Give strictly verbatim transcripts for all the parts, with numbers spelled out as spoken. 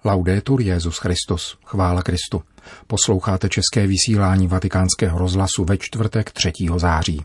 Laudetur Jesus Christus, chvála Kristu. Posloucháte české vysílání Vatikánského rozhlasu ve čtvrtek třetího září.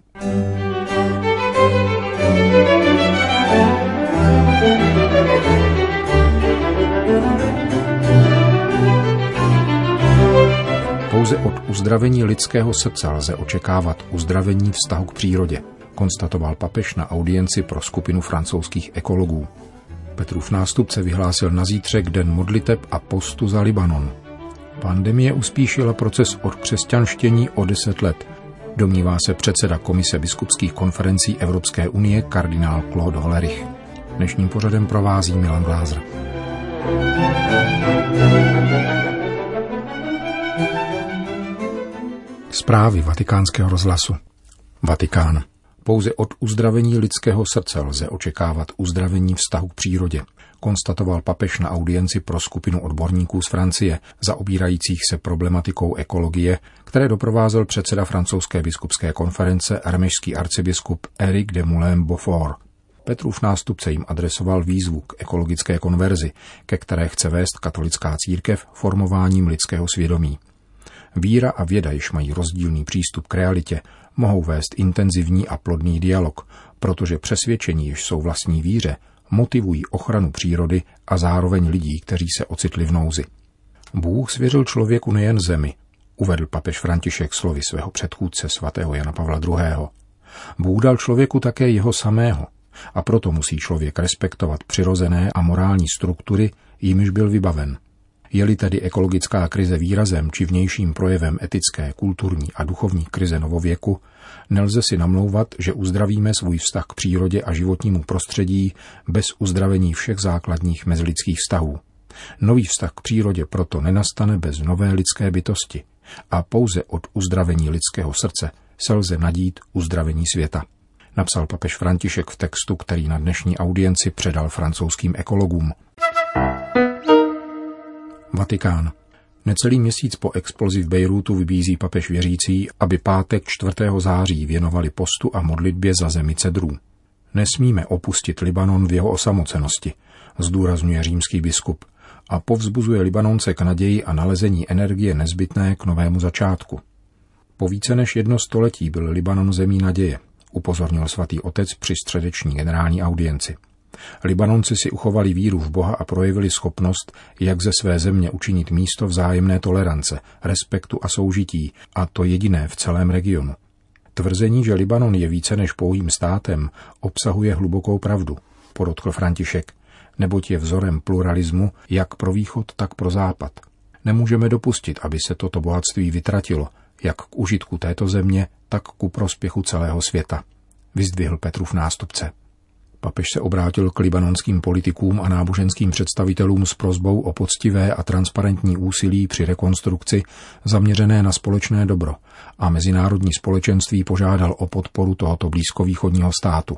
Pouze od uzdravení lidského srdce lze očekávat uzdravení vztahu k přírodě, konstatoval papež na audienci pro skupinu francouzských ekologů. Petrův nástupce vyhlásil na zítřek den modliteb a postu za Libanon. Pandemie uspíšila proces odkřesťanštění o deset let, domnívá se předseda Komise biskupských konferencí Evropské unie kardinál Claude Hollerich. Dnešním pořadem provází Milan Glázer. Zprávy Vatikánského rozhlasu. Vatikán. Pouze od uzdravení lidského srdce lze očekávat uzdravení vztahu k přírodě, konstatoval papež na audienci pro skupinu odborníků z Francie, zaobírajících se problematikou ekologie, které doprovázel předseda francouzské biskupské konference arméšský arcibiskup Éric de Moulin-Beaufort. Petrův nástupce jim adresoval výzvu k ekologické konverzi, ke které chce vést katolická církev formováním lidského svědomí. Víra a věda, jež mají rozdílný přístup k realitě, mohou vést intenzivní a plodný dialog, protože přesvědčení, jež jsou vlastní víře, motivují ochranu přírody a zároveň lidí, kteří se ocitli v nouzi. Bůh svěřil člověku nejen zemi, uvedl papež František slovy svého předchůdce svatého Jana Pavla druhého. Bůh dal člověku také jeho samého a proto musí člověk respektovat přirozené a morální struktury, jimiž byl vybaven. Je-li tedy ekologická krize výrazem či vnějším projevem etické, kulturní a duchovní krize novověku, nelze si namlouvat, že uzdravíme svůj vztah k přírodě a životnímu prostředí bez uzdravení všech základních mezilidských vztahů. Nový vztah k přírodě proto nenastane bez nové lidské bytosti a pouze od uzdravení lidského srdce se lze nadít uzdravení světa, napsal papež František v textu, který na dnešní audienci předal francouzským ekologům. Vatikán. Necelý měsíc po explozi v Bejrútu vybízí papež věřící, aby pátek čtvrtého září věnovali postu a modlitbě za zemi cedrů. Nesmíme opustit Libanon v jeho osamocenosti, zdůrazňuje římský biskup a povzbuzuje Libanonce k naději a nalezení energie nezbytné k novému začátku. Po více než jedno století byl Libanon zemí naděje, upozornil svatý otec při středeční generální audienci. Libanonci si uchovali víru v Boha a projevili schopnost, jak ze své země učinit místo vzájemné tolerance, respektu a soužití, a to jediné v celém regionu. Tvrzení, že Libanon je více než pouhým státem, obsahuje hlubokou pravdu, podotkl František, neboť je vzorem pluralismu jak pro východ, tak pro západ. Nemůžeme dopustit, aby se toto bohatství vytratilo, jak k užitku této země, tak ku prospěchu celého světa, vyzdvihl Petrův nástupce. Papež se obrátil k libanonským politikům a náboženským představitelům s prosbou o poctivé a transparentní úsilí při rekonstrukci zaměřené na společné dobro a mezinárodní společenství požádal o podporu tohoto blízkovýchodního státu.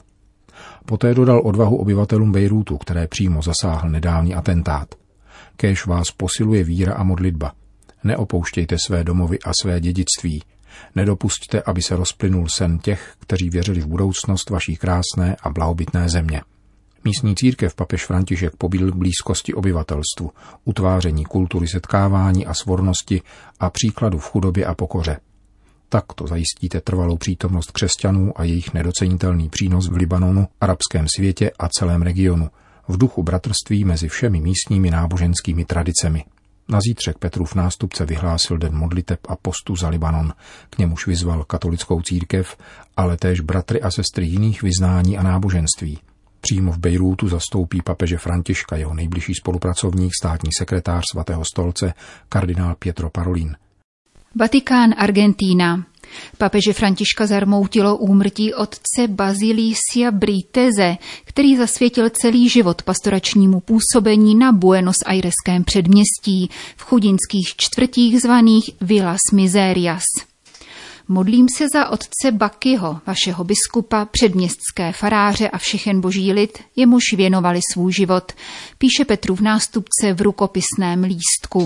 Poté dodal odvahu obyvatelům Bejrútu, které přímo zasáhl nedávný atentát. Kéž vás posiluje víra a modlitba. Neopouštějte své domovy a své dědictví. Nedopusťte, aby se rozplynul sen těch, kteří věřili v budoucnost vaší krásné a blahobytné země. Místní církev papež František pobídl k blízkosti obyvatelstvu, utváření kultury setkávání a svornosti a příkladu v chudobě a pokoře. Takto zajistíte trvalou přítomnost křesťanů a jejich nedocenitelný přínos v Libanonu, arabském světě a celém regionu, v duchu bratrství mezi všemi místními náboženskými tradicemi. Na zítřek Petrův nástupce vyhlásil den modliteb a postu za Libanon, k němuž vyzval katolickou církev, ale též bratry a sestry jiných vyznání a náboženství. Přímo v Bejrútu zastoupí papeže Františka jeho nejbližší spolupracovník, státní sekretář svatého stolce, kardinál Pietro Parolin. Vatikán, Argentína. Papeže Františka zarmoutilo úmrtí otce Bazilisia Briteze, který zasvětil celý život pastoračnímu působení na Buenos Aireském předměstí v chudinských čtvrtích zvaných Villas Miserias. Modlím se za otce Bakyho, vašeho biskupa, předměstské faráře a všechen boží lid, jemuž věnovali svůj život, píše Petrův nástupce v rukopisném lístku.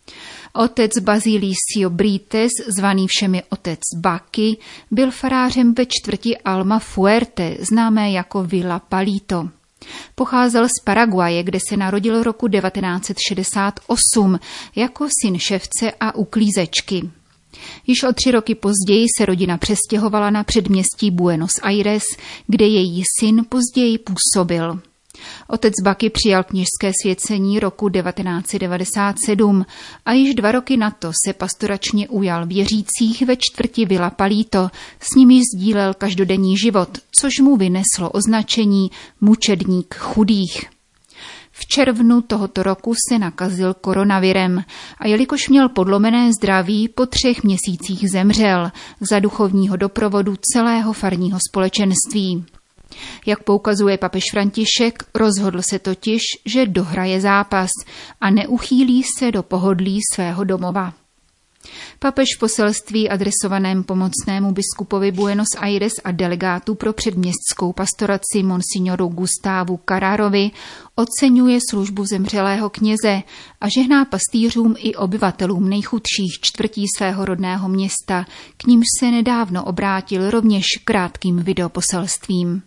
Otec Bazilicio Brites, zvaný všemi otec Baky, byl farářem ve čtvrti Alma Fuerte, známé jako Villa Palito. Pocházel z Paraguaje, kde se narodil roku devatenáct set šedesát osm jako syn ševce a uklízečky. Již o tři roky později se rodina přestěhovala na předměstí Buenos Aires, kde její syn později působil. Otec Baky přijal kněžské svěcení roku devatenáct set devadesát sedm a již dva roky na to se pastoračně ujal věřících ve čtvrti Villa Palito, s nimi sdílel každodenní život, což mu vyneslo označení mučedník chudých. V červnu tohoto roku se nakazil koronavirem a jelikož měl podlomené zdraví, po třech měsících zemřel za duchovního doprovodu celého farního společenství. Jak poukazuje papež František, rozhodl se totiž, že dohraje zápas a neuchýlí se do pohodlí svého domova. Papež v poselství adresovaném pomocnému biskupovi Buenos Aires a delegátu pro předměstskou pastoraci monsignoru Gustavu Carrarovi oceňuje službu zemřelého kněze a žehná pastýřům i obyvatelům nejchudších čtvrtí svého rodného města, k nímž se nedávno obrátil rovněž krátkým videoposelstvím.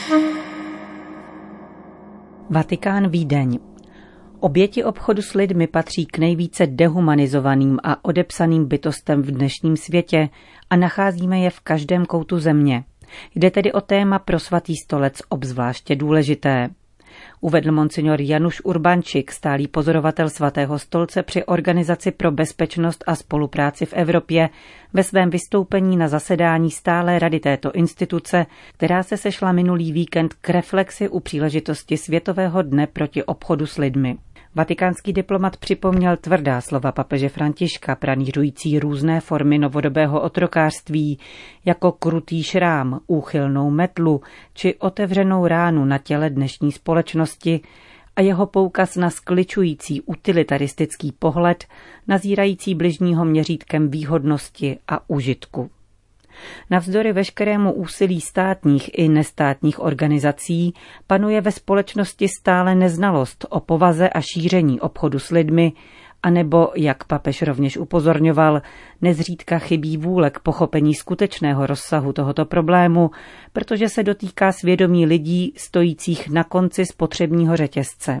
Vatikán Vídeň. Oběti obchodu s lidmi patří k nejvíce dehumanizovaným a odepsaným bytostem v dnešním světě a nacházíme je v každém koutu země. Jde tedy o téma pro svatý stolec obzvláště důležité. Uvedl monsignor Januš Urbančik, stálý pozorovatel svatého stolce při Organizaci pro bezpečnost a spolupráci v Evropě, ve svém vystoupení na zasedání stálé rady této instituce, která se sešla minulý víkend k reflexi u příležitosti Světového dne proti obchodu s lidmi. Vatikánský diplomat připomněl tvrdá slova papeže Františka pranířující různé formy novodobého otrokářství, jako krutý šrám, úchylnou metlu či otevřenou ránu na těle dnešní společnosti a jeho poukaz na skličující utilitaristický pohled, nazírající bližního měřítkem výhodnosti a užitku. Navzdory veškerému úsilí státních i nestátních organizací panuje ve společnosti stále neznalost o povaze a šíření obchodu s lidmi, anebo, jak papež rovněž upozorňoval, nezřídka chybí vůle k pochopení skutečného rozsahu tohoto problému, protože se dotýká svědomí lidí stojících na konci spotřebního řetězce.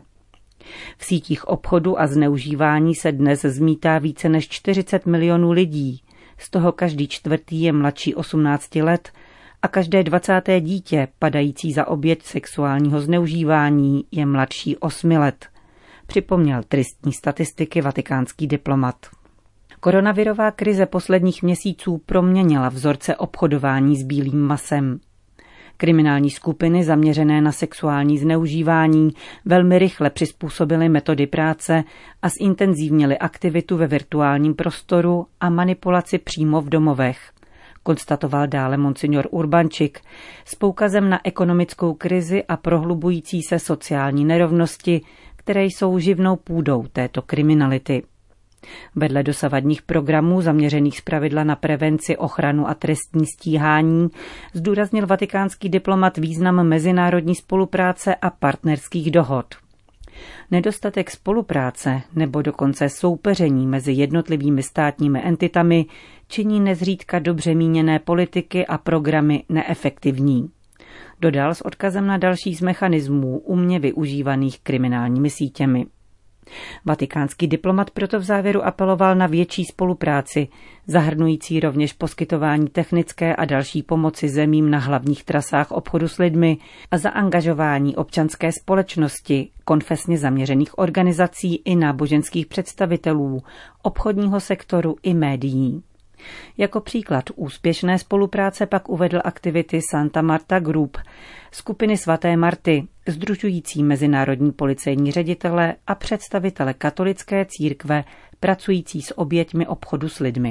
V sítích obchodu a zneužívání se dnes zmítá více než čtyřicet milionů lidí, z toho každý čtvrtý je mladší osmnácti let a každé dvacáté dítě padající za oběť sexuálního zneužívání je mladší osmi let, připomněl tristní statistiky vatikánský diplomat. Koronavirová krize posledních měsíců proměnila vzorce obchodování s bílým masem. Kriminální skupiny zaměřené na sexuální zneužívání velmi rychle přizpůsobily metody práce a zintenzívnily aktivitu ve virtuálním prostoru a manipulaci přímo v domovech, konstatoval dále monsignor Urbančik s poukazem na ekonomickou krizi a prohlubující se sociální nerovnosti, které jsou živnou půdou této kriminality. Vedle dosavadních programů zaměřených zpravidla na prevenci, ochranu a trestní stíhání zdůraznil vatikánský diplomat význam mezinárodní spolupráce a partnerských dohod. Nedostatek spolupráce nebo dokonce soupeření mezi jednotlivými státními entitami činí nezřídka dobře míněné politiky a programy neefektivní. Dodal s odkazem na další z mechanismů umě využívaných kriminálními sítěmi. Vatikánský diplomat proto v závěru apeloval na větší spolupráci, zahrnující rovněž poskytování technické a další pomoci zemím na hlavních trasách obchodu s lidmi a zaangažování občanské společnosti, konfesně zaměřených organizací i náboženských představitelů, obchodního sektoru i médií. Jako příklad úspěšné spolupráce pak uvedl aktivity Santa Marta Group, skupiny svaté Marty, sdružující mezinárodní policejní ředitele a představitele katolické církve pracující s oběťmi obchodu s lidmi.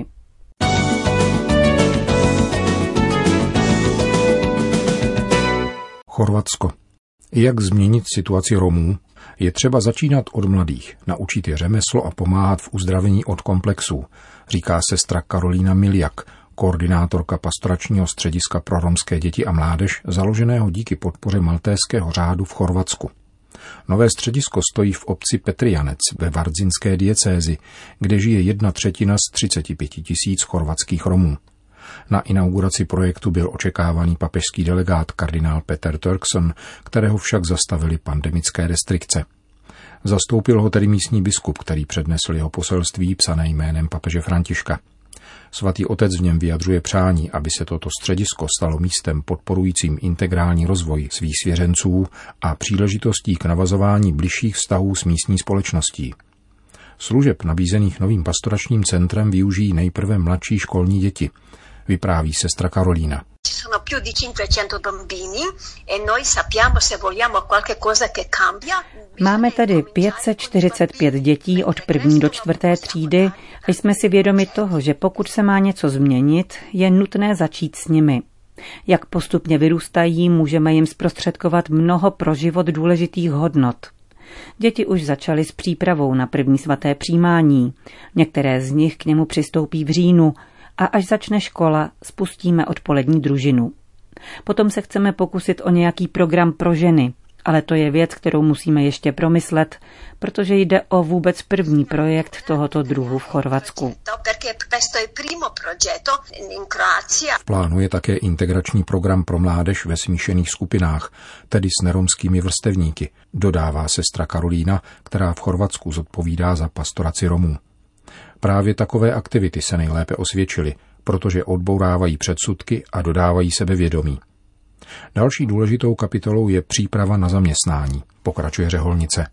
Chorvatsko. Jak změnit situaci Romů? Je třeba začínat od mladých, naučit je řemeslo a pomáhat v uzdravení od komplexů, říká sestra Karolína Miljak, koordinátorka pastoračního střediska pro romské děti a mládež, založeného díky podpoře Maltéského řádu v Chorvatsku. Nové středisko stojí v obci Petrijanec ve Vardzinské diecézi, kde žije jedna třetina z třiceti pěti tisíc chorvatských Romů. Na inauguraci projektu byl očekávaný papežský delegát kardinál Peter Turkson, kterého však zastavili pandemické restrikce. Zastoupil ho tedy místní biskup, který přednesl jeho poselství psané jménem papeže Františka. Svatý otec v něm vyjadřuje přání, aby se toto středisko stalo místem podporujícím integrální rozvoj svých svěřenců a příležitostí k navazování bližších vztahů s místní společností. Služeb nabízených novým pastoračním centrem využijí nejprve mladší školní děti, vypráví sestra Karolína. Máme tady pět set čtyřicet pět dětí od první do čtvrté třídy a jsme si vědomi toho, že pokud se má něco změnit, je nutné začít s nimi. Jak postupně vyrůstají, můžeme jim zprostředkovat mnoho pro život důležitých hodnot. Děti už začaly s přípravou na první svaté přijímání. Některé z nich k němu přistoupí v říjnu a až začne škola, spustíme odpolední družinu. Potom se chceme pokusit o nějaký program pro ženy, ale to je věc, kterou musíme ještě promyslet, protože jde o vůbec první projekt tohoto druhu v Chorvatsku. Plánuje také integrační program pro mládež ve smíšených skupinách, tedy s neromskými vrstevníky, dodává sestra Karolína, která v Chorvatsku zodpovídá za pastoraci Romů. Právě takové aktivity se nejlépe osvědčily, protože odbourávají předsudky a dodávají sebevědomí. Další důležitou kapitolou je příprava na zaměstnání, pokračuje řeholnice.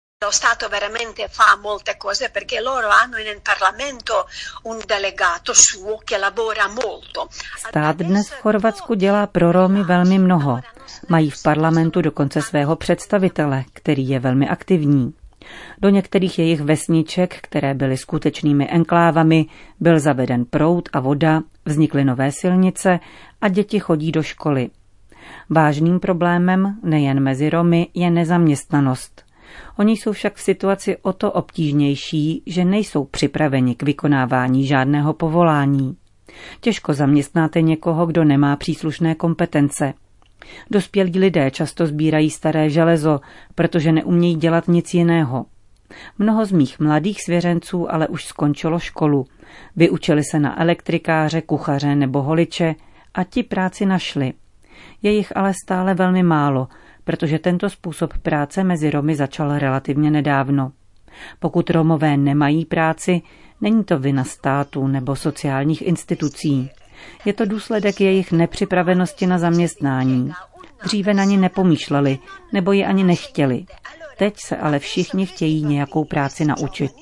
Stát dnes v Chorvatsku dělá pro Romy velmi mnoho. Mají v parlamentu dokonce svého představitele, který je velmi aktivní. Do některých jejich vesniček, které byly skutečnými enklávami, byl zaveden proud a voda, vznikly nové silnice a děti chodí do školy. Vážným problémem nejen mezi Romy je nezaměstnanost. Oni jsou však v situaci o to obtížnější, že nejsou připraveni k vykonávání žádného povolání. Těžko zaměstnáte někoho, kdo nemá příslušné kompetence. Dospělí lidé často sbírají staré železo, protože neumějí dělat nic jiného. Mnoho z mých mladých svěřenců ale už skončilo školu. Vyučili se na elektrikáře, kuchaře nebo holiče a ti práci našli. Je jich ale stále velmi málo, protože tento způsob práce mezi Romy začal relativně nedávno. Pokud Romové nemají práci, není to vina státu nebo sociálních institucí. Je to důsledek jejich nepřipravenosti na zaměstnání. Dříve na ně nepomýšleli, nebo ji ani nechtěli. Teď se ale všichni chtějí nějakou práci naučit.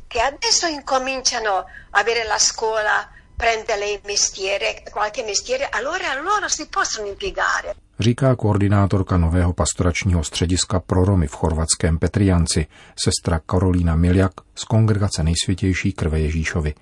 Říká koordinátorka nového pastoračního střediska pro Romy v chorvatském Petrijanci, sestra Karolína Miljak z Kongregace Nejsvětější krve Ježíšovy.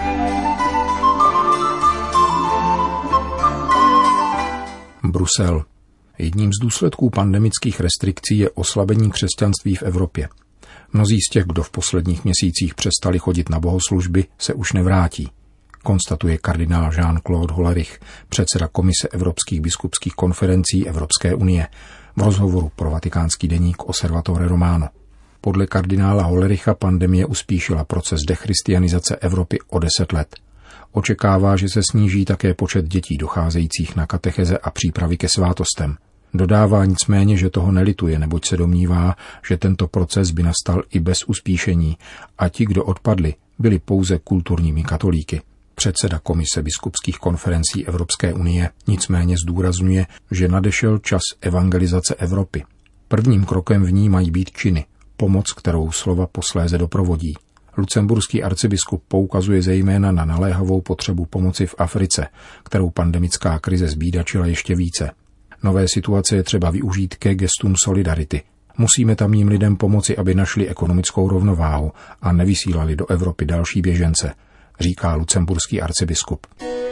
Brusel. Jedním z důsledků pandemických restrikcí je oslabení křesťanství v Evropě. Mnozí z těch, kdo v posledních měsících přestali chodit na bohoslužby, se už nevrátí, konstatuje kardinál Jean-Claude Hollerich, předseda Komise Evropských biskupských konferencí Evropské unie, v rozhovoru pro vatikánský deník Osservatore Romano. Podle kardinála Hollericha pandemie uspíšila proces dechristianizace Evropy o deset let. Očekává, že se sníží také počet dětí docházejících na katecheze a přípravy ke svátostem. Dodává nicméně, že toho nelituje, neboť se domnívá, že tento proces by nastal i bez uspíšení a ti, kdo odpadli, byli pouze kulturními katolíky. Předseda Komise biskupských konferencí Evropské unie nicméně zdůrazňuje, že nadešel čas evangelizace Evropy. Prvním krokem v ní mají být činy, pomoc, kterou slova posléze doprovodí. Lucemburský arcibiskup poukazuje zejména na naléhavou potřebu pomoci v Africe, kterou pandemická krize zbídačila ještě více. Nové situace je třeba využít ke gestům solidarity. Musíme tamním lidem pomoci, aby našli ekonomickou rovnováhu a nevysílali do Evropy další běžence, říká lucemburský arcibiskup.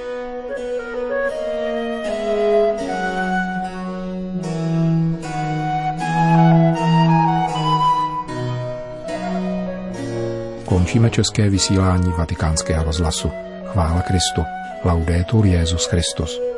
Končíme české vysílání Vatikánského rozhlasu. Chvála Kristu. Laudetur Jesus Christus.